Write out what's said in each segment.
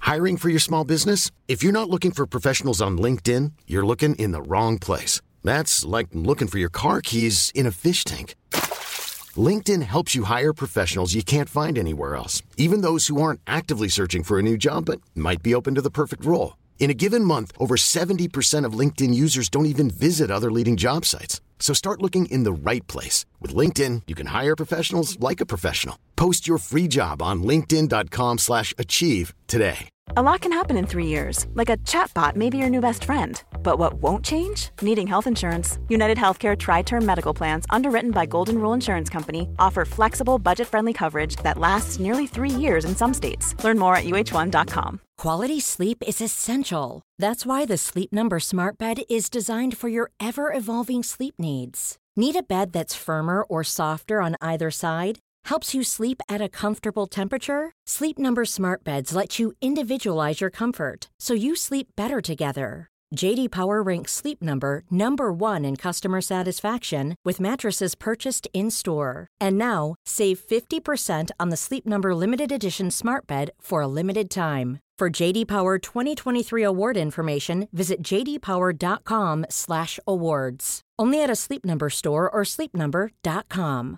Hiring for your small business? If you're not looking for professionals on LinkedIn, you're looking in the wrong place. That's like looking for your car keys in a fish tank. LinkedIn helps you hire professionals you can't find anywhere else, even those who aren't actively searching for a new job but might be open to the perfect role. In a given month, over 70% of LinkedIn users don't even visit other leading job sites. So start looking in the right place. With LinkedIn, you can hire professionals like a professional. Post your free job on linkedin.com/achieve today. A lot can happen in 3 years, like a chatbot may be your new best friend. But what won't change? Needing health insurance. United Healthcare Tri-Term Medical Plans, underwritten by Golden Rule Insurance Company, offer flexible, budget-friendly coverage that lasts nearly 3 years in some states. Learn more at uh1.com. Quality sleep is essential. That's why the Sleep Number Smart Bed is designed for your ever-evolving sleep needs. Need a bed that's firmer or softer on either side? Helps you sleep at a comfortable temperature? Sleep Number Smart Beds let you individualize your comfort, so you sleep better together. J.D. Power ranks Sleep Number #1 in customer satisfaction with mattresses purchased in-store. And now, save 50% on the Sleep Number Limited Edition Smart Bed for a limited time. For J.D. Power 2023 award information, visit jdpower.com/awards. Only at a Sleep Number store or sleepnumber.com.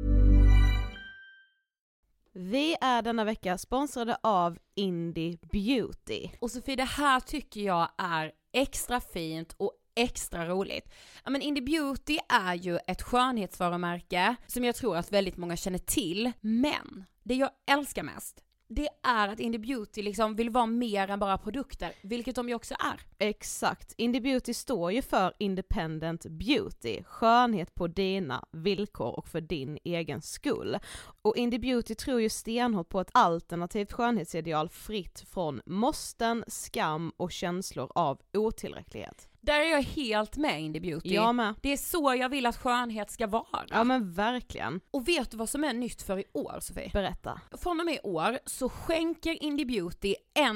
Vi är denna vecka sponsrade av Indie Beauty. Och Sofie, det här tycker jag är extra fint och extra roligt. Ja, men Indie Beauty är ju ett skönhetsvarumärke som jag tror att väldigt många känner till. Men det jag älskar mest, det är att Indie Beauty liksom vill vara mer än bara produkter, vilket de ju också är. Exakt. Indie Beauty står ju för Independent Beauty, skönhet på dina villkor och för din egen skull. Och Indie Beauty tror ju stenhårt på ett alternativt skönhetsideal fritt från måsten, skam och känslor av otillräcklighet. Där är jag helt med Indie Beauty. Jag med. Det är så jag vill att skönhet ska vara. Ja men verkligen. Och vet du vad som är nytt för i år, Sofie? Berätta. Från och med i år så skänker Indie Beauty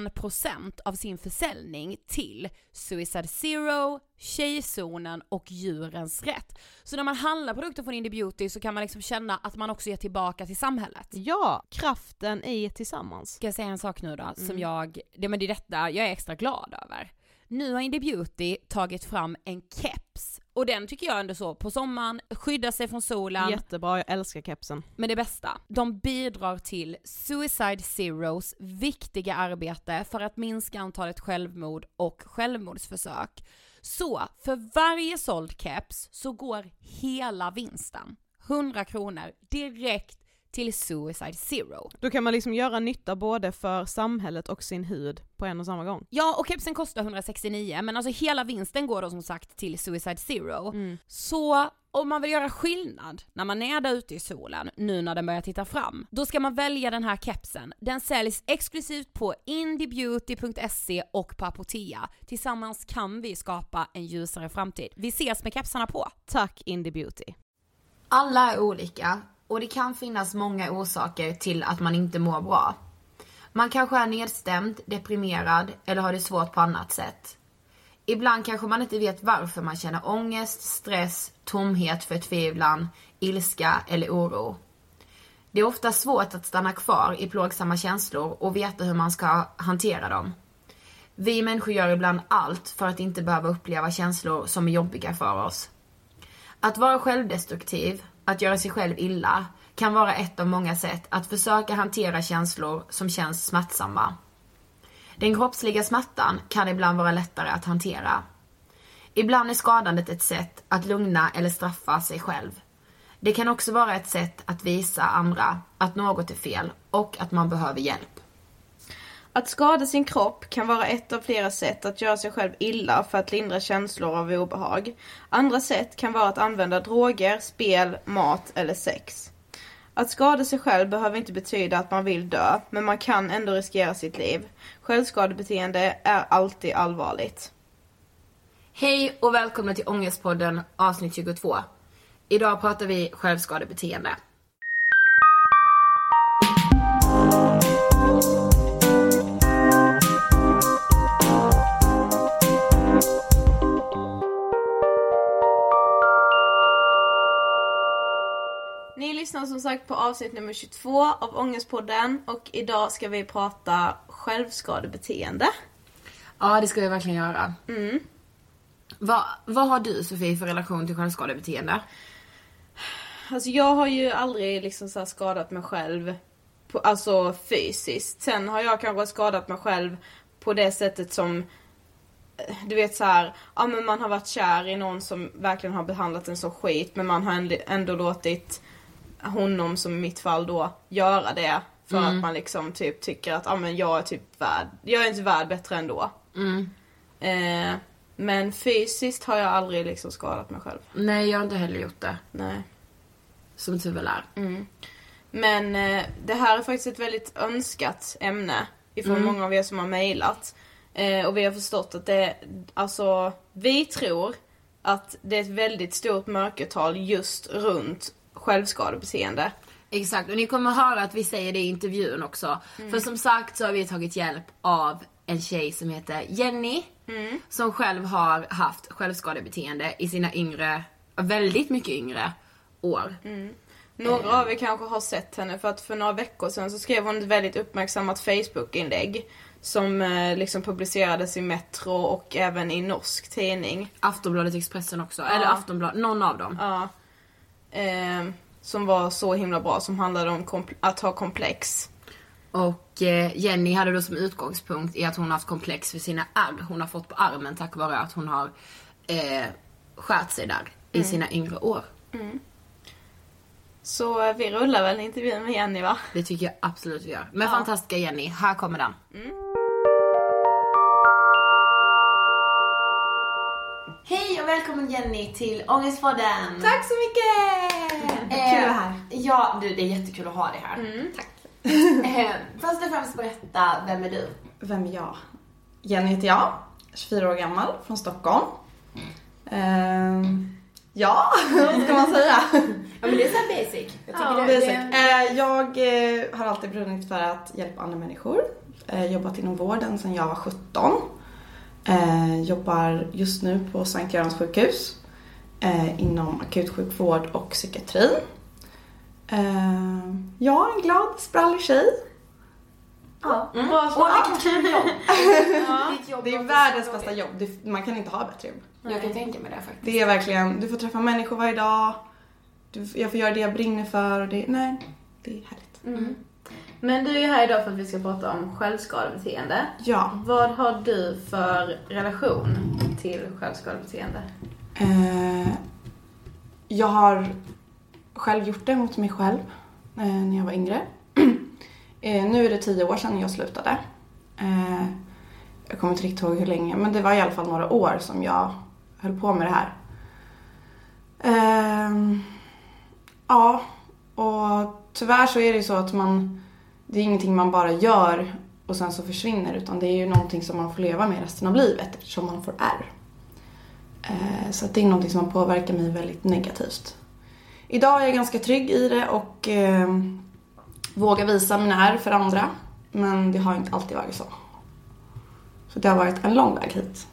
1% av sin försäljning till Suicide Zero, Tjejzonen och Djurens Rätt. Så när man handlar produkter från Indie Beauty så kan man liksom känna att man också ger tillbaka till samhället. Ja, kraften i tillsammans. Ska jag säga en sak nu då som det är detta jag är extra glad över. Nu har Indie Beauty tagit fram en keps. Och den tycker jag ändå så på sommaren, skydda sig från solen. Jättebra, jag älskar kepsen. Men det bästa, de bidrar till Suicide Zeros viktiga arbete för att minska antalet självmord och självmordsförsök. Så för varje såld keps så går hela vinsten, 100 kronor, direkt till Suicide Zero. Då kan man liksom göra nytta både för samhället och sin hud på en och samma gång. Ja, och kepsen kostar 169, men alltså hela vinsten går då som sagt till Suicide Zero. Så om man vill göra skillnad när man är där ute i solen, nu när den börjar titta fram, då ska man välja den här kepsen. Den säljs exklusivt på indiebeauty.se och på Apotea. Tillsammans kan vi skapa en ljusare framtid. Vi ses med kepsarna på. Tack Indie Beauty. Alla är olika. Och det kan finnas många orsaker till att man inte mår bra. Man kanske är nedstämd, deprimerad eller har det svårt på annat sätt. Ibland kanske man inte vet varför man känner ångest, stress, tomhet, förtvivlan, ilska eller oro. Det är ofta svårt att stanna kvar i plågsamma känslor och veta hur man ska hantera dem. Vi människor gör ibland allt för att inte behöva uppleva känslor som är jobbiga för oss. Att vara självdestruktiv, att göra sig själv illa, kan vara ett av många sätt att försöka hantera känslor som känns smärtsamma. Den kroppsliga smärtan kan ibland vara lättare att hantera. Ibland är skadandet ett sätt att lugna eller straffa sig själv. Det kan också vara ett sätt att visa andra att något är fel och att man behöver hjälp. Att skada sin kropp kan vara ett av flera sätt att göra sig själv illa för att lindra känslor av obehag. Andra sätt kan vara att använda droger, spel, mat eller sex. Att skada sig själv behöver inte betyda att man vill dö, men man kan ändå riskera sitt liv. Självskadebeteende är alltid allvarligt. Hej och välkomna till Ångestpodden avsnitt 22. Idag pratar vi självskadebeteende. Ni lyssnar som sagt på avsnitt nummer 22 av Ångestpodden. Och idag ska vi prata självskadebeteende. Ja, det ska vi verkligen göra. Vad har du, Sofie, för relation till självskadebeteende? Alltså jag har ju aldrig liksom så här skadat mig själv alltså fysiskt. Sen har jag kanske skadat mig själv på det sättet som, du vet så här, ja men man har varit kär i någon som verkligen har behandlat en så skit, men man har ändå låtit honom, som i mitt fall då, göra det för att man liksom typ tycker att ja men jag är typ jag är inte värd bättre ändå. Men fysiskt har jag aldrig liksom skadat mig själv. Nej, jag har inte heller gjort det. Nej. Som tur väl är. Men det här är faktiskt ett väldigt önskat ämne ifrån många av er som har mejlat. Och vi har förstått att vi tror att det är ett väldigt stort mörkertal just runt självskadebeteende. Exakt, och ni kommer höra att vi säger det i intervjun också. För som sagt så har vi tagit hjälp av en tjej som heter Jenny. Som själv har haft självskadebeteende i sina väldigt mycket yngre år. Några av er kanske har sett henne, för att för några veckor sedan så skrev hon ett väldigt uppmärksammat Facebook-inlägg som liksom publicerades i Metro och även i norsk tidning. Aftonbladet, Expressen också, eller Aftonbladet, någon av dem. Ja. Som var så himla bra, som handlade om att ha komplex. Och Jenny hade då som utgångspunkt i att hon har haft komplex för sina ärr. Hon har fått på armen tack vare att hon har skärt sig där i sina yngre år. Så vi rullar väl intervjun med Jenny, va? Det tycker jag absolut vi gör. Men fantastiska Jenny, här kommer den. Hej och välkommen Jenny till Ångestpodden. Tack så mycket! Kul att vara här. Ja, det är jättekul att ha dig här. Tack. Först och främst berätta, vem är du? Vem är jag? Jenny heter jag, 24 år gammal, från Stockholm. Ja, vad ska man säga? Ja, men det är så här basic. Jag tycker jag har alltid brunnit för att hjälpa andra människor. Jobbat inom vården sedan jag var 17. Jobbar just nu på Sankt Görans sjukhus. Inom akutsjukvård och psykiatri. Jag är en glad, sprallig tjej. Ja. Och vilket kul jobb. Det är världens bästa jobb. Man kan inte ha bättre jobb. Jag kan tänka mig det faktiskt. Det är verkligen, du får träffa människor varje dag. Jag får göra det jag brinner för. Och det är härligt. Men du är här idag för att vi ska prata om självskadebeteende. Ja. Vad har du för relation till självskadebeteende? Jag har själv gjort det mot mig själv när jag var yngre. Nu är det 10 år sedan jag slutade. Jag kommer inte riktigt ihåg hur länge, men det var i alla fall några år som jag höll på med det här. Ja, och tyvärr så är det ju så att det är ingenting man bara gör och sen så försvinner, utan det är ju någonting som man får leva med resten av livet eftersom man får ärr. Så att det är någonting som påverkar mig väldigt negativt. Idag är jag ganska trygg i det och vågar visa mina ärr för andra, men det har inte alltid varit så. Så det har varit en lång väg hit.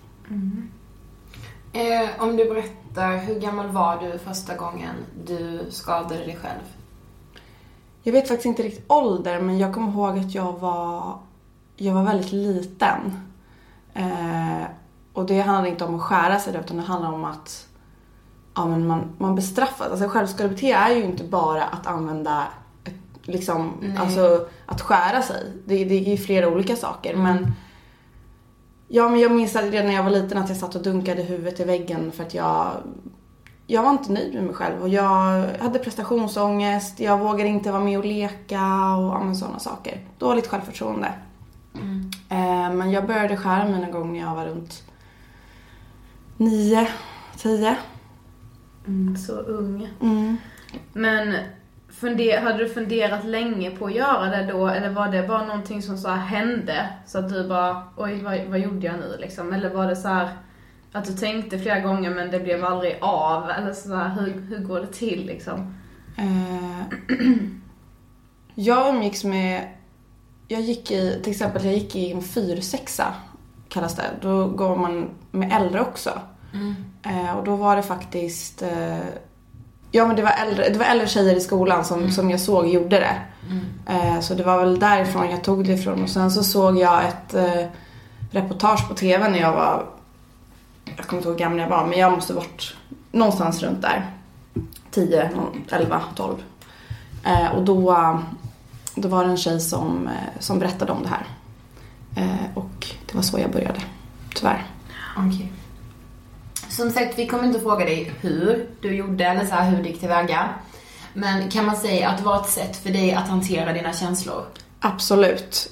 Om du berättar, hur gammal var du första gången du skadade dig själv? Jag vet faktiskt inte riktigt ålder, men jag kommer ihåg att jag var väldigt liten. Och det handlar inte om att skära sig, utan det handlar om att man bestraffas. Alltså självskadebeteende är ju inte bara att använda att skära sig. Det är ju flera olika saker, men jag minns att redan när jag var liten att jag satt och dunkade huvudet i väggen för att jag var inte nöjd med mig själv och jag hade prestationsångest, jag vågade inte vara med och leka och sådana saker. Dåligt självförtroende. Men jag började skära mig någon gång när jag var runt 9-10. Så ung. Men hade du funderat länge på att göra det då, eller var det bara någonting som så här hände så att du bara, oj vad gjorde jag nu liksom, eller var det så här att du tänkte flera gånger men det blev aldrig av, eller så här, hur går det till liksom? Jag gick i en 4-6 kallas det. Då går man med äldre också. Och då var det faktiskt Ja, men det var äldre tjejer i skolan som jag såg gjorde det. Så det var väl därifrån jag tog det ifrån. Och sen så såg jag ett reportage på tv när jag var, jag kommer inte ihåg hur gammal jag var, men jag måste varit någonstans runt där 10, 11, 12. Och då var det en tjej som berättade om det här. Och det var så jag började, tyvärr. Okej. Som sagt, vi kommer inte fråga dig hur du gjorde eller så här, hur du gick tillväga. Men kan man säga att det var ett sätt för dig att hantera dina känslor? Absolut.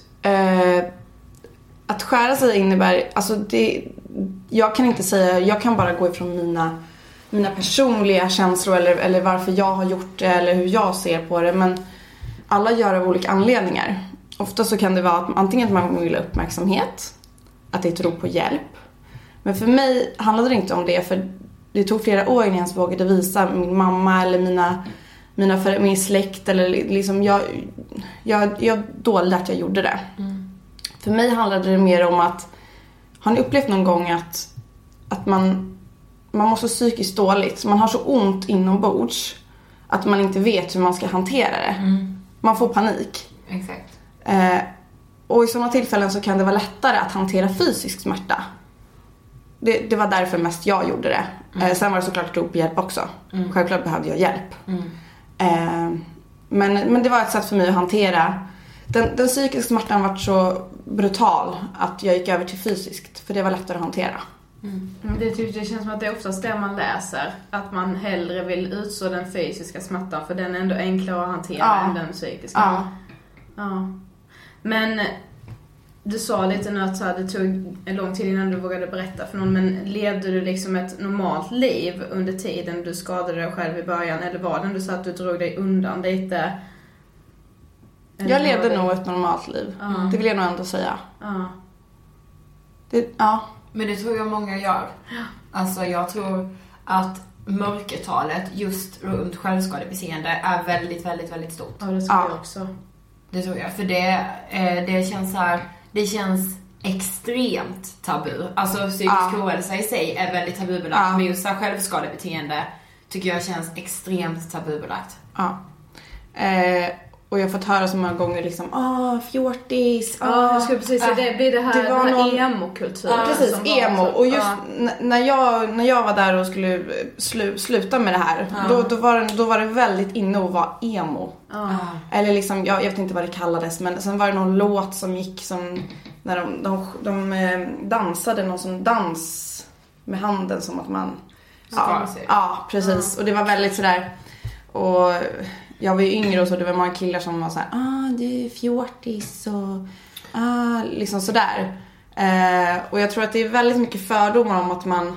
Att skära sig innebär, alltså jag kan inte säga, jag kan bara gå ifrån mina personliga känslor eller varför jag har gjort det eller hur jag ser på det. Men alla gör av olika anledningar. Ofta så kan det vara att antingen att man vill ha uppmärksamhet, att det är ett rop på hjälp. Men för mig handlade det inte om det, för det tog flera år innan jag ens vågade visa min mamma eller min släkt eller liksom jag dolde att jag gjorde det. För mig handlade det mer om att, har ni upplevt någon gång att man mår så psykiskt dåligt, man har så ont inombords att man inte vet hur man ska hantera det. Man får panik. Exakt. Och i sådana tillfällen så kan det vara lättare att hantera fysisk smärta. Det var därför mest jag gjorde det. Sen var det såklart ett rop på hjälp också. Självklart behövde jag hjälp. Men det var ett sätt för mig att hantera. Den psykiska smärtan var så brutal att jag gick över till fysiskt. För det var lättare att hantera. Det känns som att det är oftast det man läser. Att man hellre vill utstå den fysiska smärtan. För den är ändå enklare att hantera än den psykiska. Ja. Men du sa lite nu att det tog en lång tid innan du vågade berätta för någon. Men levde du liksom ett normalt liv under tiden du skadade dig själv i början? Eller var det du sa att du drog dig undan lite? Jag levde nog ett normalt liv. Det vill jag nog ändå säga. Men det tror jag många gör. Alltså jag tror att mörkertalet just runt självskadebeteende är väldigt, väldigt, väldigt stort. Ja, det tror jag också. Det tror jag, för det känns så här, det känns extremt tabu. Alltså psykisk ohälsa i sig är väldigt tabubelagt, men just så här självskadebeteende tycker jag känns extremt tabubelagt. Och jag har fått höra så många gånger liksom, fjortis. Jag skulle precis säga, det blir det här emo-kultur. Precis, emo. Och just när jag var där och skulle sluta med det här, då var det väldigt inne att vara emo. Eller liksom, jag vet inte vad det kallades, men sen var det någon låt som gick som, när de dansade någon sån dans med handen som att man... Ja, precis. Och det var väldigt sådär, och... Jag var ju yngre och så det var många killar som var så här, det är fjortis och liksom sådär. Och jag tror att det är väldigt mycket fördomar om att man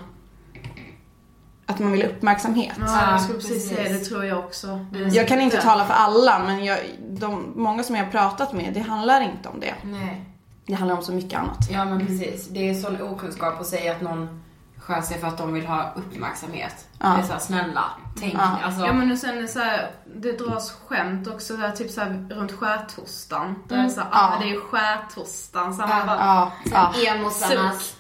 vill ha uppmärksamhet. Jag skulle precis säga det, tror jag också. Jag kan inte tala för alla, men många som jag har pratat med, det handlar inte om det. Nej. Det handlar om så mycket annat. Ja, men precis. Det är sån okunskap att säga att någon skär sig för att de vill ha uppmärksamhet. Det är så här, snälla, tänk. Alltså. Ja, men och sen är det så här, det dras skämt också där, typ så här, runt skärtorsdagen. Det är så här, det är ju skärtorsdagen. Så man bara, emosarnas.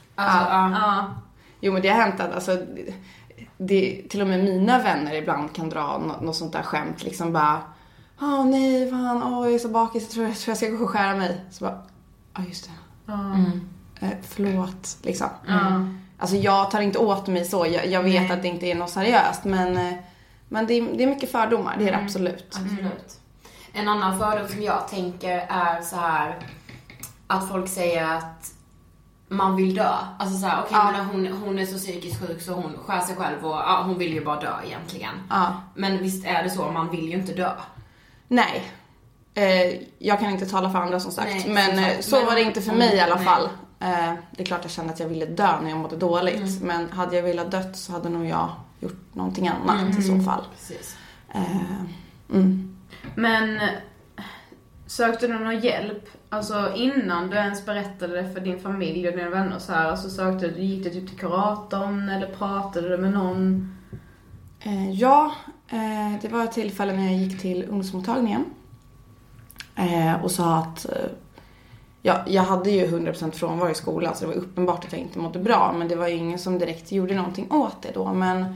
Jo, men det har hänt att alltså, till och med mina vänner ibland kan dra något sånt där skämt. Liksom bara, nej, fan, jag är så bakis, jag tror jag ska gå och skära mig. Så bara, just det. Förlåt, liksom. Alltså jag tar inte åt mig så. Jag vet att det inte är något seriöst. Men det är mycket fördomar. Det är det absolut. En annan fördom som jag tänker är så här, att folk säger att man vill dö. Alltså så här, men hon är så psykiskt sjuk så hon skär sig själv och hon vill ju bara dö egentligen. Men visst är det så, man vill ju inte dö. Nej. Jag kan inte tala för andra som sagt. Nej, men så var det inte för mig i alla fall. Det är klart jag kände att jag ville dö när jag mådde dåligt. Men hade jag velat dött så hade nog jag gjort någonting annat i så fall. Precis. Men sökte du någon hjälp? Alltså innan du ens berättade det för din familj och dina vänner så här, alltså gick du typ till kuratorn eller pratade du med någon? Det var ett tillfälle när jag gick till ungdomsmottagningen. Och sa att jag hade ju 100% frånvaro i skolan, så det var uppenbart att jag inte mådde bra. Men det var ju ingen som direkt gjorde någonting åt det då. Men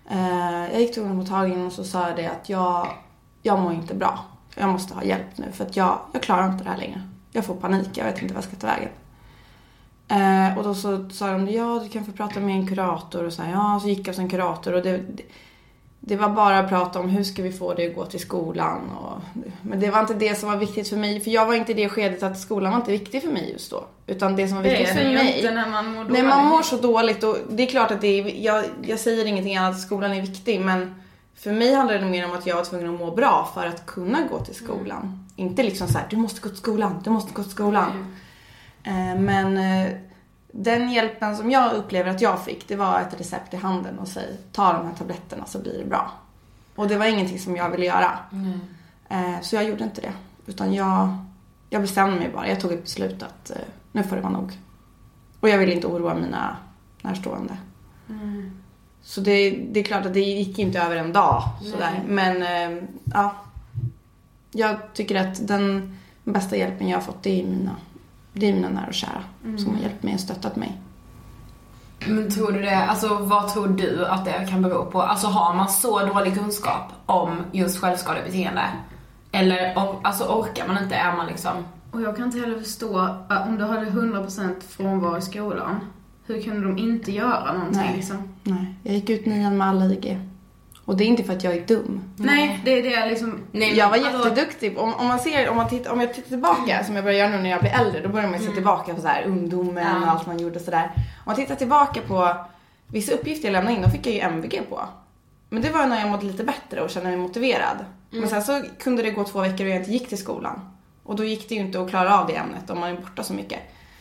Jag gick till ungdomsmottagningen och så sa jag det att jag mår inte bra. Jag måste ha hjälp nu för att jag klarar inte det här längre. Jag får panik, jag vet inte vad jag ska ta vägen. Och då så sa de, ja du kan få prata med en kurator. Och så här, ja, så gick jag hos en kurator. Och det var bara att prata om hur ska vi få det att gå till skolan. Men det var inte det som var viktigt för mig. För jag var inte i det skedet att skolan var inte viktig för mig just då. Utan det som var viktigt för mig. Inte när man mår dåligt. Nej, man mår så dåligt. Och det är klart att jag säger ingenting annat att skolan är viktig. Men för mig handlar det mer om att jag var tvungen att må bra för att kunna gå till skolan. Inte liksom så här, du måste gå till skolan. Men den hjälpen som jag upplever att jag fick, det var ett recept i handen och säga, ta de här tabletterna så blir det bra. Och det var ingenting som jag ville göra. Så jag gjorde inte det. Utan jag bestämde mig bara. Jag tog ett beslut att nu får det vara nog. Och jag ville inte oroa mina närstående. Så det är klart att det gick inte över en dag. Sådär. Men ja, jag tycker att den bästa hjälpen jag har fått, det är mina nära och kära som har hjälpt mig och stöttat mig. Men tror du det, alltså vad tror du att det kan bero på? Alltså har man så dålig kunskap om just självskadebeteende? Eller alltså orkar man inte, är man liksom... Och jag kan inte heller förstå, om du hade 100% frånvaro i skolan, hur kunde de inte göra någonting? Nej, liksom? Nej. Jag gick ut 9 med alla IG. Och det är inte för att jag är dum. Nej, det är det liksom... Nej, jag var jätteduktig. Om jag tittar tillbaka, som jag börjar göra nu när jag blir äldre, då börjar man se tillbaka på så här ungdomen och allt man gjorde sådär. Om man tittar tillbaka på vissa uppgifter jag lämnade in, då fick jag ju MVG på. Men det var när jag mådde lite bättre och kände mig motiverad. Men sen så kunde det gå 2 veckor och jag inte gick till skolan. Och då gick det ju inte att klara av det ämnet om man är borta så mycket.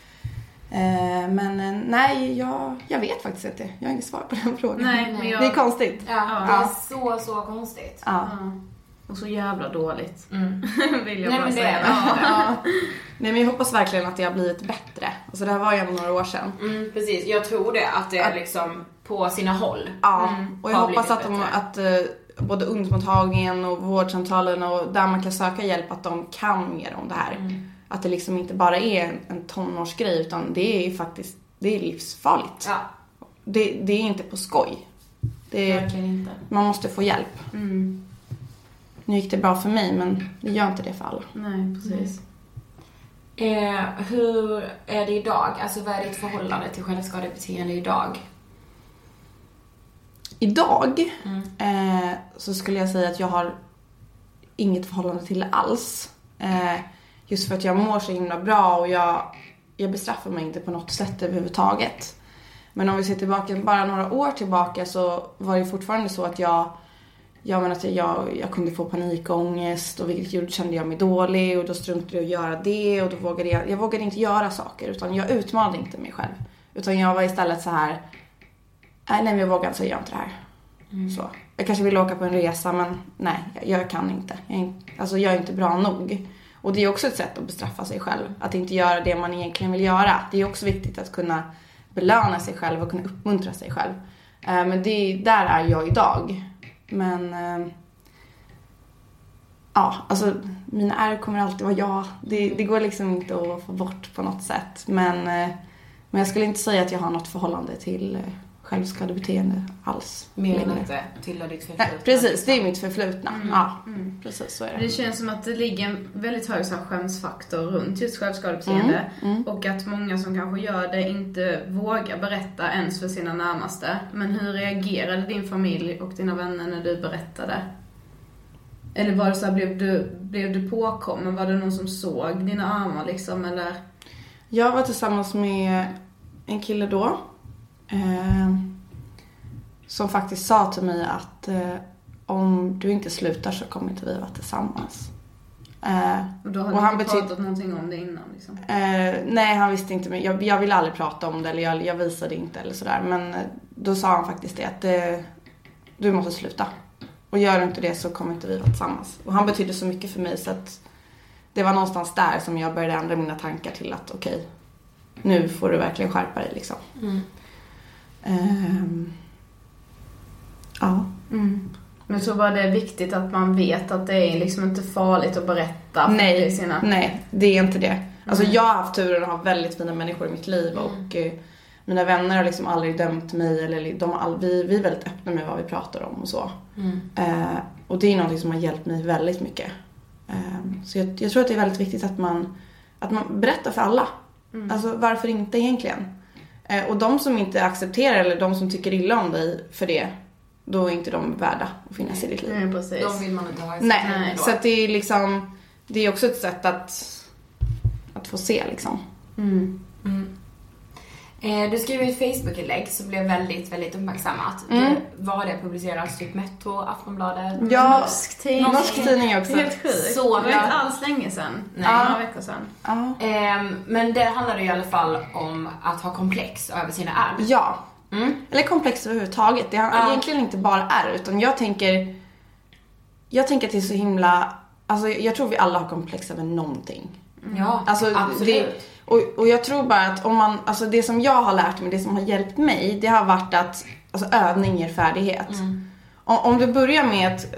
Men nej, jag vet faktiskt inte. Jag har inget svar på den frågan. Nej, men det är konstigt. Ja, det är så konstigt. Ja. Och så jävla dåligt. Vill jag Nej, bara men säga. Nej, men jag hoppas verkligen att det har blivit bättre. Alltså det här var ju några år sedan. Precis, jag tror det, att det är liksom på sina håll. Ja, och jag hoppas att både ungdomsmottagningen och vårdcentralen och där man kan söka hjälp, att de kan mer om det här. Att det liksom inte bara är en tonårsgrej, utan det är faktiskt, det är livsfarligt. Ja. Det är inte på skoj. Verkligen inte. Man måste få hjälp. Nu gick det bra för mig, men det gör inte det för alla. Nej, precis. Hur är det idag? Alltså vad är ditt förhållande till självskadebeteende idag? Idag så skulle jag säga att jag har inget förhållande till det alls. Just för att jag mår så himla bra och jag bestraffar mig inte på något sätt överhuvudtaget. Men om vi ser tillbaka bara några år tillbaka, så var det fortfarande så att jag kunde få panikångest, och vilket kände jag mig dålig, och då struntade jag att göra det, och då vågade inte göra saker, utan jag utmanade inte mig själv. Utan jag var istället så här, nej men jag vågar inte, jag gör inte det här. Så. Jag kanske vill åka på en resa, men nej, jag kan inte. Jag är inte bra nog. Och det är också ett sätt att bestraffa sig själv. Att inte göra det man egentligen vill göra. Det är också viktigt att kunna belöna sig själv och kunna uppmuntra sig själv. Men där är jag idag. Men ja, alltså mina ärr kommer alltid vara jag. Det går liksom inte att få bort på något sätt. Men jag skulle inte säga att jag har något förhållande till självskadebeteende alls. Mer än inte tillhör ditt förflutna. Precis, det är mitt förflutna. Precis, så är det. Det känns som att det ligger en väldigt hög skämsfaktor runt just självskadebeteende. Och att många som kanske gör det inte vågar berätta ens för sina närmaste. Men hur reagerade din familj och dina vänner när du berättade? Eller var det så här, blev du påkommen? Var det någon som såg dina armar liksom, eller? Jag var tillsammans med en kille då. Som faktiskt sa till mig att om du inte slutar så kommer inte vi vara tillsammans. Och då hade han pratat någonting om det innan liksom? Nej, han visste inte. Men jag ville aldrig prata om det, eller jag visade inte eller sådär. Men då sa han faktiskt det, att du måste sluta. Och gör du inte det så kommer inte vi vara tillsammans. Och han betydde så mycket för mig, så att det var någonstans där som jag började ändra mina tankar till att okej, nu får du verkligen skärpa dig liksom. Ja. Men så var det viktigt att man vet att det är liksom inte farligt att berätta. Nej, det är inte det. Alltså jag har haft turen att ha väldigt fina människor i mitt liv och Mina vänner har liksom aldrig dömt mig. Eller vi är väldigt öppna med vad vi pratar om och så. Och det är något som har hjälpt mig väldigt mycket. Så jag tror att det är väldigt viktigt att man berättar för alla. Alltså varför inte egentligen? Och de som inte accepterar eller de som tycker illa om dig för det, då är inte de värda att finnas i ditt liv. Precis. De vill man inte ha i sitt Nej, så att det är liksom, det är också ett sätt att få se liksom. Du skrev ett Facebook-inlägg som blev väldigt, väldigt uppmärksammat. Vad har det publicerats? Typ Metro, Aftonbladet? Ja, Norsk tidning också. Det är helt sjukt. Så, det var inte alls länge sedan. Nej, några veckor sedan. Men det handlar i alla fall om att ha komplex över sina ärr. Ja. Eller komplex överhuvudtaget. Det är egentligen inte bara ärr, utan jag tänker att det är så himla... Alltså jag tror vi alla har komplex över någonting. Ja, alltså, absolut. Och jag tror bara att om man... Alltså det som jag har lärt mig, det som har hjälpt mig, det har varit att alltså, övning ger färdighet. Om du börjar med att...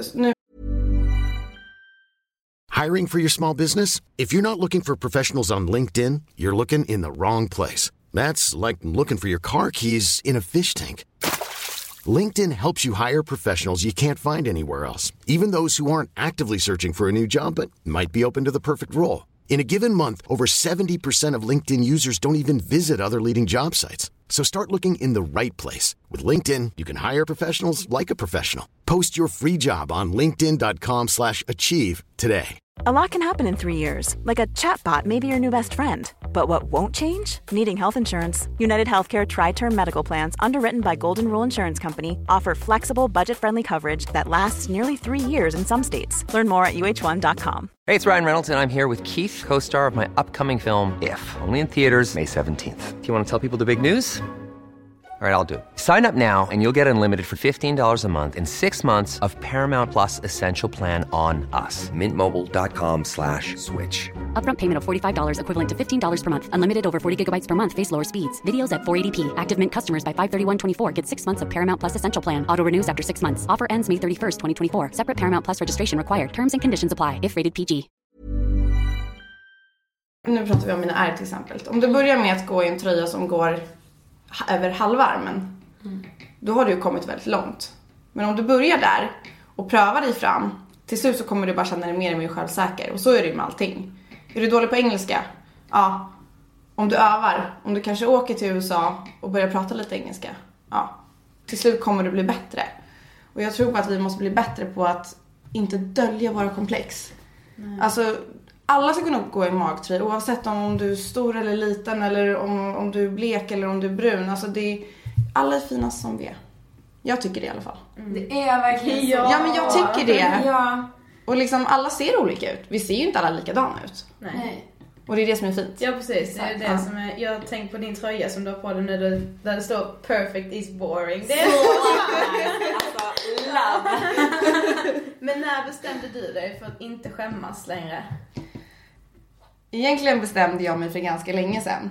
Hiring for your small business? If you're not looking for professionals on LinkedIn, you're looking in the wrong place. That's like looking for your car keys in a fish tank. LinkedIn helps you hire professionals you can't find anywhere else, even those who aren't actively searching for a new job but might be open to the perfect role. In a given month, over 70% of LinkedIn users don't even visit other leading job sites. So start looking in the right place. With LinkedIn, you can hire professionals like a professional. Post your free job on linkedin.com/achieve today. A lot can happen in 3 years, like a chatbot may be your new best friend. But what won't change? Needing health insurance. United Healthcare Tri-Term Medical Plans, underwritten by Golden Rule Insurance Company, offer flexible, budget-friendly coverage that lasts nearly 3 years in some states. Learn more at uh1.com. Hey, it's Ryan Reynolds, and I'm here with Keith, co-star of my upcoming film, If, only in theaters May 17th. Do you want to tell people the big news? All right, I'll do it. Sign up now and you'll get unlimited for $15 a month and 6 months of Paramount Plus Essential Plan on us. MintMobile.com/switch. Upfront payment of $45 equivalent to $15 per month. Unlimited over 40 gigabytes per month. Face lower speeds. Videos at 480p. Active Mint customers by 531.24 get 6 months of Paramount Plus Essential Plan. Auto renews after 6 months. Offer ends May 31st, 2024. Separate Paramount Plus registration required. Terms and conditions apply if rated PG. Nu pratar vi om mina ärr till exempel. Om du börjar med att gå i en tröja som går över halva armen, då har du kommit väldigt långt. Men om du börjar där och prövar dig fram, till slut så kommer du bara känna dig mer och mer självsäker. Och så är det med allting. Är du dålig på engelska? Ja. Om du övar, om du kanske åker till USA och börjar prata lite engelska, ja, till slut kommer du bli bättre. Och jag tror att vi måste bli bättre på att inte dölja våra komplex. Alltså, alla ska kunna gå i magtröja, oavsett om du är stor eller liten, eller om du är blek eller om du är brun. Alltså alla är fina som vi är. Jag tycker det i alla fall. Det är verkligen så. Ja, men jag tycker det. Ja. Och liksom alla ser olika ut. Vi ser ju inte alla likadana ut. Nej. Och det är det som är fint. Ja, precis. Det är det som är... Jag har tänkt på din tröja som du har på dig nu, där det står perfect is boring. Det är så alltså, love. Men när bestämde du dig för att inte skämmas längre? Egentligen bestämde jag mig för ganska länge sedan.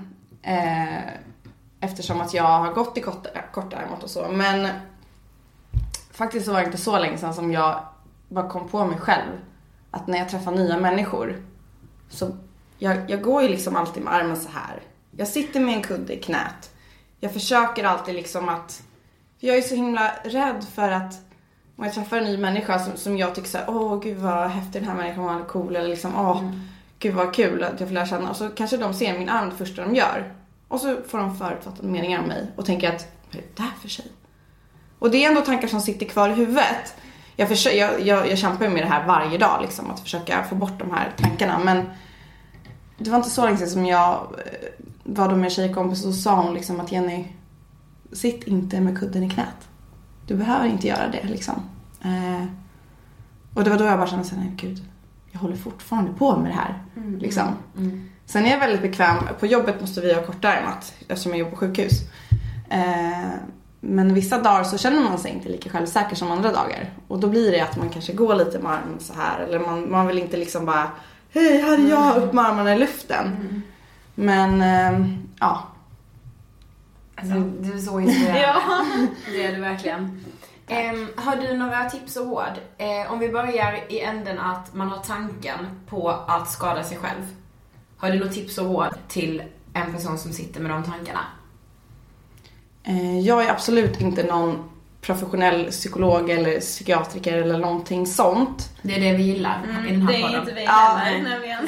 Eftersom att jag har gått i kortärmat och så. Men faktiskt så var det inte så länge sedan som jag bara kom på mig själv. Att när jag träffar nya människor, så jag går ju liksom alltid med armen så här. Jag sitter med en kudde i knät. Jag försöker alltid liksom att... Jag är så himla rädd för att om jag träffar en ny människa som jag tycker så här, gud vad häftig den här människan var, cool, eller liksom, gud vad kul att jag får lära känna. Och så kanske de ser min arm det första de gör. Och så får de förutfattade meningar om mig och tänker att, vad är det där för sig? Och det är ändå tankar som sitter kvar i huvudet. Jag kämpar med det här varje dag, liksom, att försöka få bort de här tankarna. Men det var inte så länge sedan som jag var då med en tjejkompis och sa hon liksom att Jenny, sitt inte med kudden i knät. Du behöver inte göra det liksom. Och det var då jag bara kände så här, nej gud, jag håller fortfarande på med det här. Liksom. Sen är jag väldigt bekväm. På jobbet måste vi ha kortärmat eftersom jag jobbar på sjukhus. Men vissa dagar så känner man sig inte lika självsäker som andra dagar. Och då blir det att man kanske går lite med armen så här. Eller man vill inte liksom bara, hej, här är jag, upp med armarna i luften. Men, ja. Alltså, du är så inspirerande. Ja, det är du verkligen. Har du några tips och råd? Om vi börjar i änden att man har tanken på att skada sig själv. Har du några tips och råd till en person som sitter med de tankarna? Jag är absolut inte någon professionell psykolog eller psykiatriker eller någonting sånt. Det är det vi gillar i den här det podden. är inte vi heller när vi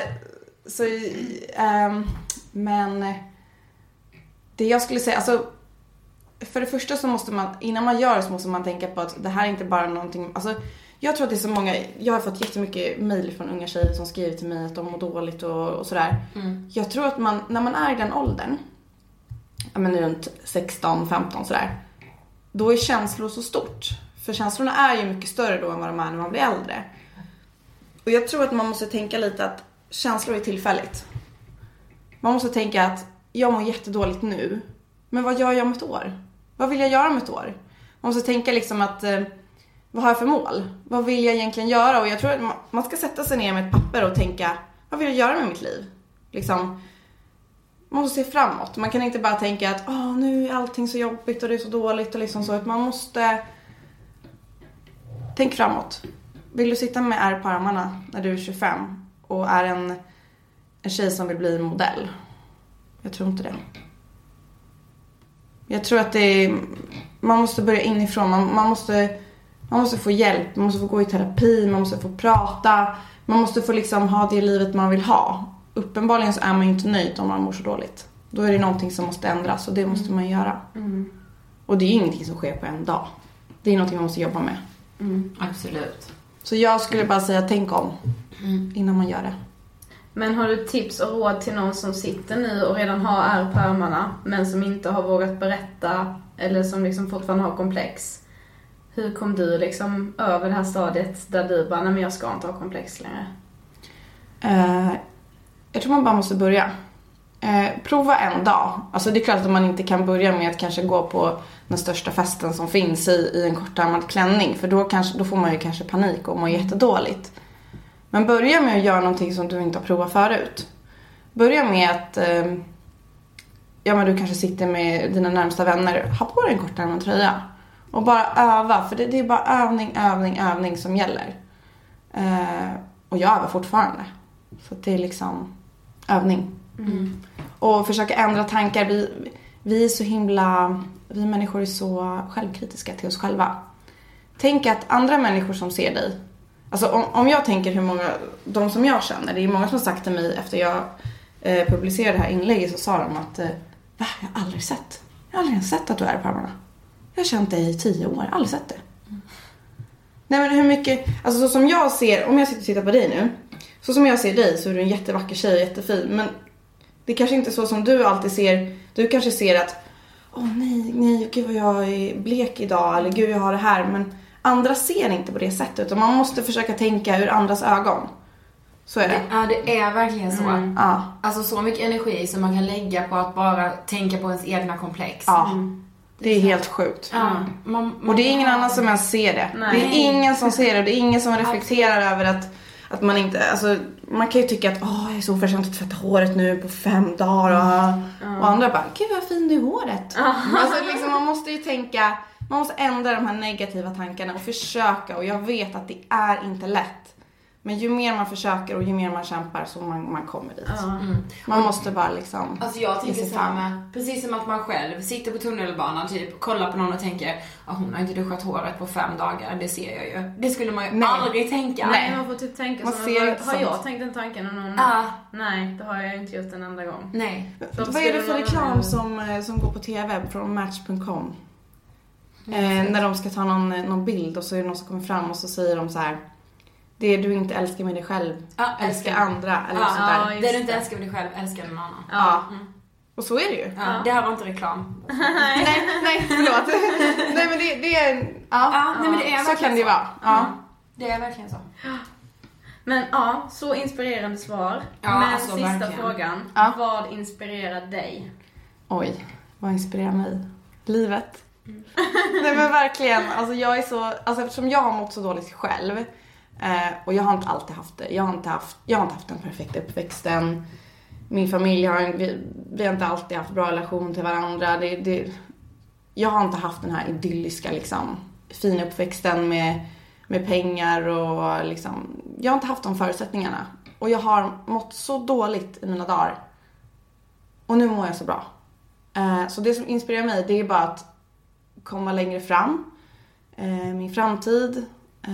men det jag skulle säga, alltså för det första så måste man, innan man gör det så måste man tänka på att det här är inte bara någonting, alltså jag tror att det är så många, jag har fått jättemycket mejl från unga tjejer som skriver till mig att de mår dåligt och sådär. Jag tror att man, när man är i den åldern, men runt 16-15 sådär, då är känslor så stort. För känslorna är ju mycket större då än vad de är när man blir äldre. Och jag tror att man måste tänka lite att känslor är tillfälligt. Man måste tänka att jag mår jättedåligt nu, men vad gör jag om ett år? Vad vill jag göra om ett år? Man måste tänka liksom att vad har jag för mål? Vad vill jag egentligen göra? Och jag tror att man ska sätta sig ner med ett papper och tänka, vad vill jag göra med mitt liv? Liksom, man måste se framåt. Man kan inte bara tänka att nu är allting så jobbigt och det är så dåligt och liksom så. Att man måste tänka framåt. Vill du sitta med ärr på armarna när du är 25 och är en tjej som vill bli modell? Jag tror inte det. Jag tror att man måste börja inifrån. Man måste få hjälp. Man måste få gå i terapi. Man måste få prata. Man måste få liksom ha det livet man vill ha. Uppenbarligen så är man ju inte nöjd om man mår så dåligt. Då är det någonting som måste ändras och det måste man göra. Och det är ingenting som sker på en dag. Det är någonting man måste jobba med. Absolut. Så jag skulle bara säga, tänk om innan man gör det. Men har du tips och råd till någon som sitter nu och redan har ärr på armarna men som inte har vågat berätta eller som liksom fortfarande har komplex? Hur kom du liksom över det här stadiet där du bara, nej men jag ska inte ha komplex längre? Jag tror man bara måste börja. Prova en dag. Alltså det är klart att man inte kan börja med att kanske gå på den största festen som finns i en kortärmad klänning. För då får man ju kanske panik och mår jättedåligt. Men börja med att göra någonting som du inte har provat förut. Börja med att men du kanske sitter med dina närmsta vänner. Ha på dig en kortärmad tröja. Och bara öva. För det är bara övning som gäller. Och jag övar fortfarande. Så det är liksom övning. Och försöka ändra tankar. Vi människor är så självkritiska till oss själva. Tänk att andra människor som ser dig. Alltså om jag tänker hur många, de som jag känner, det är många som har sagt till mig efter jag publicerade det här inlägget, så sa de att jag har aldrig sett att du är på armarna. Jag har känt dig i 10 år, aldrig sett det. Nej men hur mycket, alltså så som jag ser, om jag sitter och tittar på dig nu, så som jag ser dig så är du en jättevacker tjej, jättefin, men det är kanske inte så som du alltid ser. Du kanske ser att nej, gud vad jag är blek idag, eller gud jag har det här, men andra ser inte på det sättet, utan man måste försöka tänka ur andras ögon. Så är det. Ja, det är verkligen så. Alltså så mycket energi som man kan lägga på att bara tänka på ens egna komplex. Ja. Det är helt sjukt. Och det är ingen annan som ens ser det. Nej. Det är ingen som ser det. Det är ingen som reflekterar över att man inte, alltså man kan ju tycka att jag är så oförskämt att tvätta håret nu på 5 dagar och andra bara, gud vad fin du är i håret. Alltså liksom, man måste ju tänka, man måste ändra de här negativa tankarna och försöka, och jag vet att det är inte lätt. Men ju mer man försöker och ju mer man kämpar så man kommer dit. Man måste bara liksom... Alltså jag tänker samma. Precis som att man själv sitter på tunnelbanan typ, kollar på någon och tänker hon har inte duschat håret på 5 dagar, det ser jag ju. Det skulle man ju aldrig tänka. Nej, man får typ tänka så. Har jag tänkt den tanken någon? Nej, det har jag inte gjort en enda gång. Nej. Vad är det för reklam som går på tv från Match.com? När de ska ta någon bild och så är det någon som kommer fram och så säger de så här: det du inte älskar med dig själv, älskar andra. Eller sånt där. Det du inte älskar med dig själv, älskar någon annan. Och så är det ju. Det här var inte reklam. nej, förlåt. Nej, men det är... nej, men det är så kan det ju vara. Det är verkligen så. Men så inspirerande svar. Men alltså, sista verkligen. Frågan. Vad inspirerar dig? Oj, vad inspirerar mig? Livet. Nej men verkligen, alltså jag är så, alltså eftersom jag har mått så dåligt själv och jag har inte alltid haft det. Jag har inte haft den perfekta uppväxten. Min familj vi har inte alltid haft bra relation till varandra. Jag har inte haft den här idylliska liksom fina uppväxten med pengar och liksom, jag har inte haft de förutsättningarna. Och jag har mått så dåligt i mina dagar. Och nu mår jag så bra. Så det som inspirerar mig, det är bara att komma längre fram. Min framtid.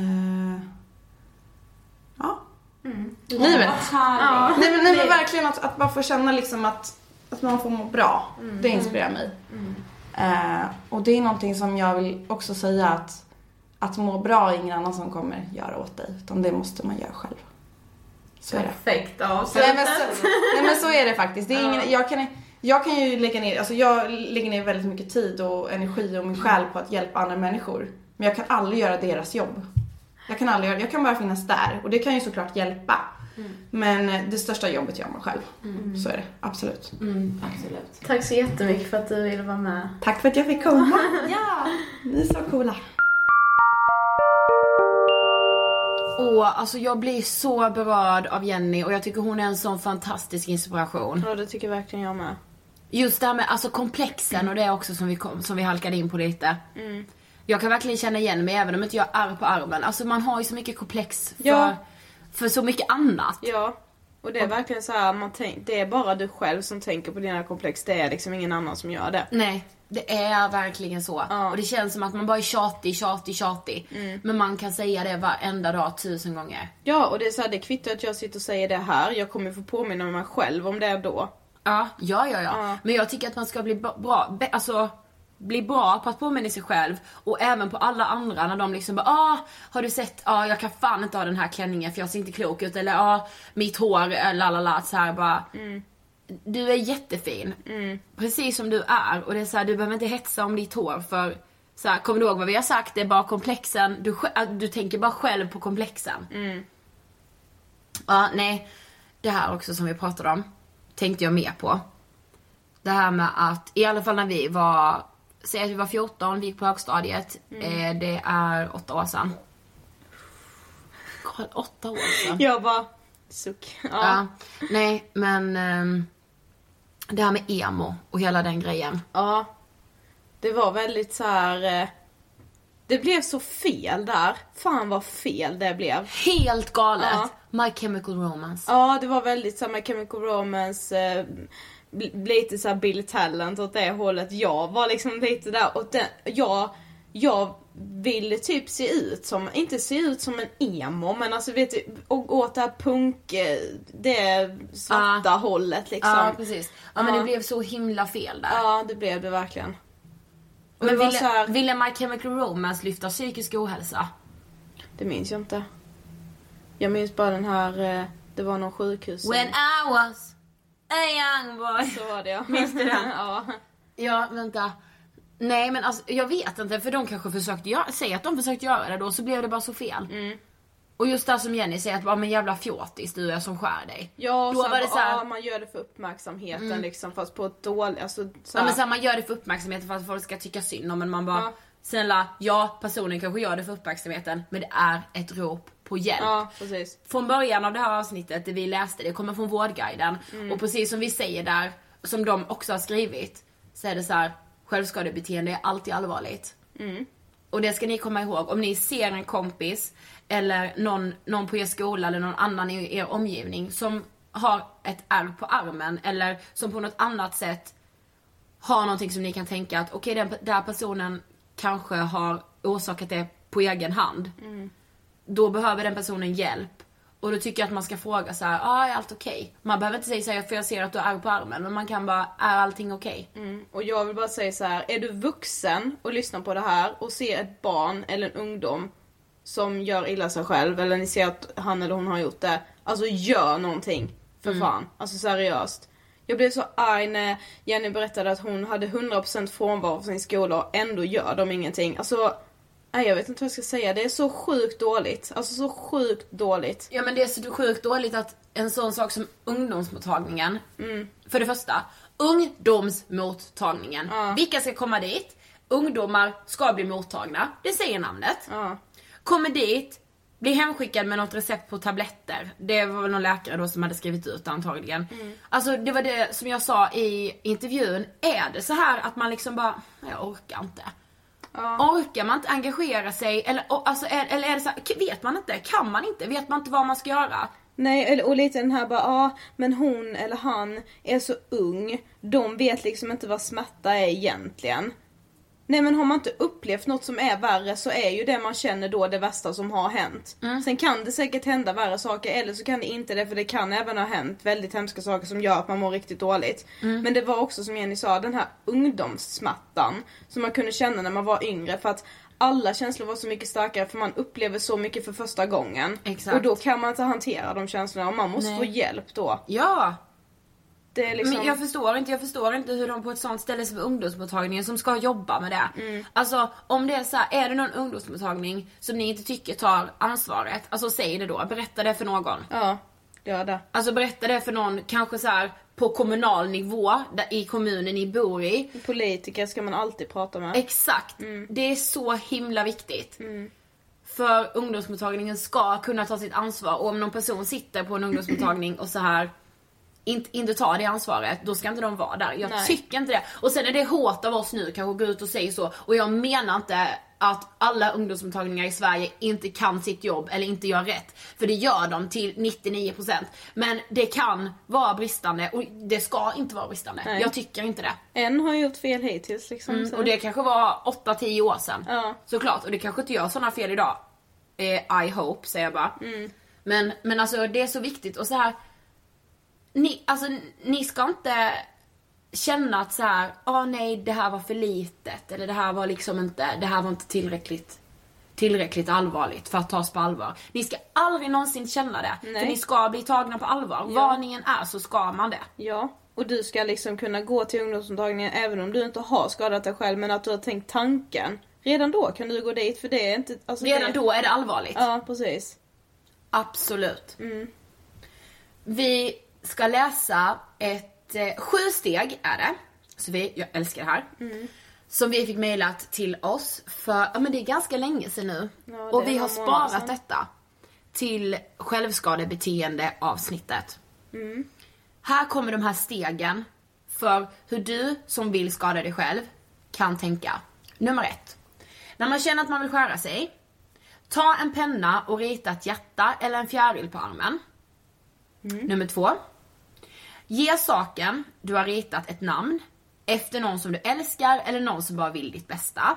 Livet. Nej men verkligen att bara få känna liksom att man får må bra. Det inspirerar mig. Och det är någonting som jag vill också säga, att må bra är ingen annan som kommer göra åt dig, utan det måste man göra själv. Så perfekt avslutat. Nej men så är det faktiskt. Det är ingen, jag kan ju lägga ner, alltså jag lägger ner väldigt mycket tid och energi och min själ på att hjälpa andra människor. Men jag kan aldrig göra deras jobb. Jag kan bara finnas där, och det kan ju såklart hjälpa. Men det största jobbet gör man själv. Så är det, absolut. Absolut. Tack så jättemycket för att du ville vara med. Tack för att jag fick komma. Ja, ni är så coola. Alltså jag blir så berörd av Jenny, och jag tycker hon är en sån fantastisk inspiration. Ja, det tycker verkligen jag med. Just det här med alltså komplexen och det också som vi halkade in på lite. Jag kan verkligen känna igen mig, även om inte jag är på armen. Alltså man har ju så mycket komplex för så mycket annat. Ja, och det är verkligen så här, det är bara du själv som tänker på dina komplex. Det är liksom ingen annan som gör det. Nej, det är verkligen så. Och det känns som att man bara är tjatig. Men man kan säga det varenda dag 1000 gånger. Ja, och det är så här, det kvittar att jag sitter och säger det här. Jag kommer få påminna mig själv om det då. Ja. Men jag tycker att man ska bli bli bra på att påminna sig själv, och även på alla andra när de liksom bara, har du sett, jag kan fan inte ha den här klänningen för jag ser inte klok ut, eller mitt hår, lalala, så här bara. Du är jättefin. Precis som du är, och det är så här, du behöver inte hetsa om ditt hår, för så här, kommer du ihåg vad vi har sagt, det är bara komplexen, du tänker bara själv på komplexen. Nej, det här också som vi pratade om tänkte jag mer på. Det här med att, i alla fall när vi var, säg att vi var 14, vi gick på högstadiet. Det är 8 år sedan. 8 år sedan. Jag bara, suck. Ja. Nej, men det här med emo och hela den grejen. Ja, det var väldigt så här. Det blev så fel där. Fan vad fel det blev. Helt galet. My Chemical Romance. Ja, det var väldigt så här, My Chemical Romance, lite så här Bill Talent åt det hållet. Jag var liksom lite där, och jag ville typ inte se ut som en emo, men alltså vet du, och åt det här punk, det svarta hållet liksom. Ja, precis. Ja, men det blev så himla fel där. Ja, det blev det verkligen. Och men det ville My Chemical Romance lyfta psykisk ohälsa? Det minns jag inte. Jag minns bara den här, det var någon sjukhus. When I was a young boy. Så var det, ja. Minns du den? Ja, vänta. Nej, men alltså, jag vet inte, för de kanske försökte säga att de försökte göra det då, så blev det bara så fel. Och just det som Jenny säger, att men jävla fjortis du är som skär dig. Ja, då var det så här, man gör det för uppmärksamheten liksom, fast på ett dåligt, alltså så men så här, man gör det för uppmärksamheten för att folk ska tycka synd om, men man bara snälla, personen kanske gör det för uppmärksamheten, men det är ett rop på hjälp. Ja, precis. Från början av det här avsnittet, det vi läste, det kommer från Vårdguiden. Och precis som vi säger där, som de också har skrivit, så är det så här: självskadebeteende är alltid allvarligt. Och det ska ni komma ihåg. Om ni ser en kompis eller någon på er skola eller någon annan i er omgivning som har ett ärr på armen, eller som på något annat sätt har någonting som ni kan tänka att okej, den där personen kanske har orsakat det på egen hand. Då behöver den personen hjälp. Och då tycker jag att man ska fråga så här: är allt okej? Man behöver inte säga så här, för jag ser att du är på armen, men man kan bara, är allting okej? Och jag vill bara säga så här: är du vuxen och lyssnar på det här och ser ett barn eller en ungdom som gör illa sig själv, eller ni ser att han eller hon har gjort det, alltså gör någonting, för fan. Alltså seriöst. Jag blev så arg när Jenny berättade att hon hade 100% frånvaro på sin skola och ändå gör de ingenting. Alltså, nej, jag vet inte vad jag ska säga. Det är så sjukt dåligt. Alltså så sjukt dåligt. Ja, men det är så sjukt dåligt att en sån sak som ungdomsmottagningen. För det första, ungdomsmottagningen. Vilka ska komma dit? Ungdomar ska bli mottagna. Det säger namnet. Kommer dit, blir hemskickad med något recept på tabletter. Det var väl någon läkare då som hade skrivit ut antagligen. Alltså det var det som jag sa i intervjun. Är det så här att man liksom bara, jag orkar inte. Orkar man inte engagera sig? Eller är det så här, vet man inte? Kan man inte? Vet man inte vad man ska göra? Nej, och lite den här bara, men hon eller han är så ung. De vet liksom inte vad smärta är egentligen. Nej, men har man inte upplevt något som är värre så är ju det man känner då det värsta som har hänt. Sen kan det säkert hända värre saker, eller så kan det inte det, för det kan även ha hänt väldigt hemska saker som gör att man mår riktigt dåligt. Men det var också, som Jenny sa, den här ungdomssmärtan som man kunde känna när man var yngre, för att alla känslor var så mycket starkare, för man upplever så mycket för första gången. Exakt. Och då kan man inte hantera de känslorna, och man måste få hjälp då. Ja. Det är liksom... Men jag förstår inte hur de på ett sånt ställe som ungdomsmottagningen som ska jobba med det. Alltså om det är så här, är det någon ungdomsmottagning som ni inte tycker tar ansvaret, alltså säg det då, berätta det för någon. Ja, gör det. Alltså berätta det för någon, kanske så här på kommunal nivå, där i kommunen ni bor i. Politiker ska man alltid prata med. Exakt, det är så himla viktigt. För ungdomsmottagningen ska kunna ta sitt ansvar, och om någon person sitter på en ungdomsmottagning och så här inte tar det ansvaret, då ska inte de vara där. Jag tycker inte det. Och sen är det hårt av oss nu kanske gå ut och säga så. Och jag menar inte att alla ungdomsmottagningar i Sverige inte kan sitt jobb eller inte gör rätt. För det gör de till 99%. Men det kan vara bristande, och det ska inte vara bristande. Nej. Jag tycker inte det. En har gjort fel hittills liksom. Och det kanske var 8-10 år sedan. Ja. Såklart. Och det kanske inte gör sådana fel idag. I hope, säger jag bara. Men alltså det är så viktigt. Och så här, ni ska inte känna att så här, nej, det här var för litet, eller det här var liksom inte, det här var inte tillräckligt allvarligt för att tas på allvar. Ni ska aldrig någonsin känna det. Nej. För ni ska bli tagna på allvar. Ja. Vad ni än är så ska man det. Ja, och du ska liksom kunna gå till ungdomsmottagningen även om du inte har skadat dig själv, men att du har tänkt tanken. Redan då kan du gå dit, för det är inte... Alltså redan då är det allvarligt. Ja, precis. Absolut. Vi ska läsa 7 steg är det. Så jag älskar det här. Som vi fick mejlat till oss för, men det är ganska länge sedan nu. Ja, och vi har sparat detta till självskadebeteende avsnittet. Här kommer de här stegen för hur du som vill skada dig själv kan tänka. Nummer 1. När man känner att man vill skära sig, ta en penna och rita ett hjärta eller en fjäril på armen. Nummer 2. Ge saken du har ritat ett namn efter någon som du älskar eller någon som bara vill ditt bästa.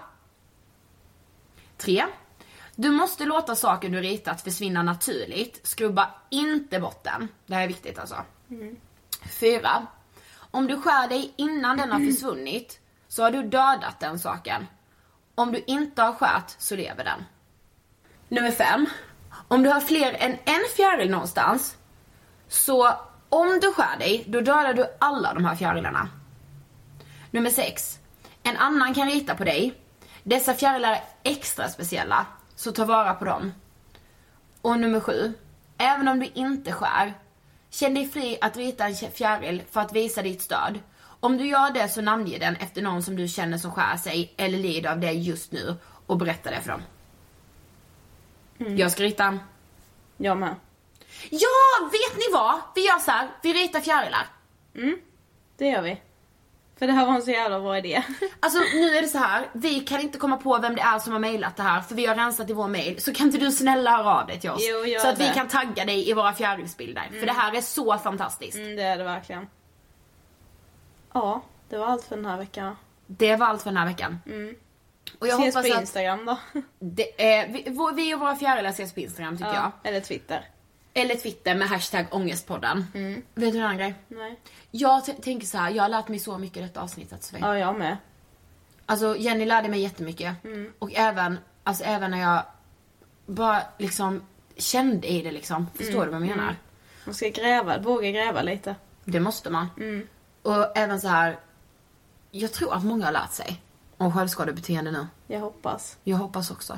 3. Du måste låta saken du ritat försvinna naturligt. Skrubba inte bort den. Det här är viktigt alltså. 4. Om du skär dig innan den har försvunnit så har du dödat den saken. Om du inte har skärt så lever den. Nummer 5. Om du har fler än en fjäril någonstans, så om du skär dig, då dödar du alla de här fjärilarna. Nummer 6. En annan kan rita på dig. Dessa fjärilar är extra speciella, så ta vara på dem. Och nummer 7. Även om du inte skär, känn dig fri att rita en fjäril för att visa ditt stöd. Om du gör det så namnger den efter någon som du känner som skär sig eller lider av det just nu, och berätta det för dem. Jag ska rita. Jag med. Ja, vet ni vad? Vi gör så här, vi ritar fjärilar. Det gör vi. För det här var en så jävla bra idé. Alltså nu är det så här, vi kan inte komma på vem det är som har mejlat det här, för vi har rensat i vår mejl. Så kan inte du snälla höra av dig till oss? Jo, så att vi kan tagga dig i våra fjärilsbilder. För det här är så fantastiskt. Det är det verkligen. Ja, det var allt för den här veckan. Det var allt för den här veckan. Och jag ses hoppas på Instagram då. Vi och våra fjärilar ses på Instagram tycker jag. Eller Twitter. Eller Twitter med #ångestpodden. Vet du en grej? Nej. Jag tänker så här, jag har lärt mig så mycket i detta avsnittet, Sofie. Ja, jag med. Alltså Jenny lärde mig jättemycket. Och även när jag bara liksom kände i det liksom. Förstår du vad jag menar? Man ska våga gräva lite. Det måste man. Och även så här, jag tror att många har lärt sig om självskadebeteende nu. Jag hoppas. Jag hoppas också.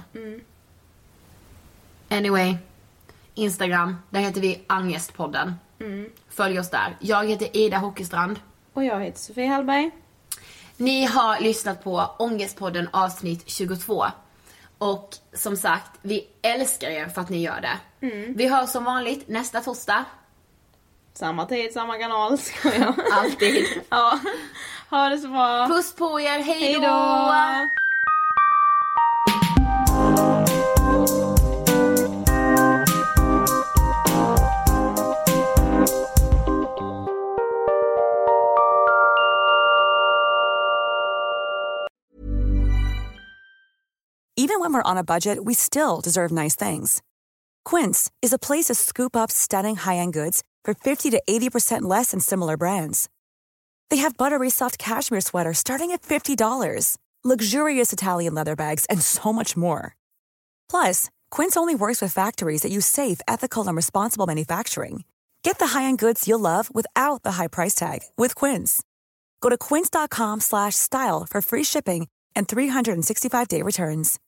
Anyway, Instagram, där heter vi Ångestpodden. Följ oss där. Jag heter Ida Hockeystrand. Och jag heter Sofie Hallberg. Ni har lyssnat på Ångestpodden avsnitt 22. Och som sagt, vi älskar er för att ni gör det. Vi hörs som vanligt nästa torsdag. Samma tid, samma kanal, ska jag. Alltid. Ja, ha det så bra. Puss på er, hej då! Even when we're on a budget, we still deserve nice things. Quince is a place to scoop up stunning high-end goods for 50 to 80% less than similar brands. They have buttery soft cashmere sweaters starting at $50, luxurious Italian leather bags, and so much more. Plus, Quince only works with factories that use safe, ethical, and responsible manufacturing. Get the high-end goods you'll love without the high price tag with Quince. Go to quince.com/style for free shipping and 365-day returns.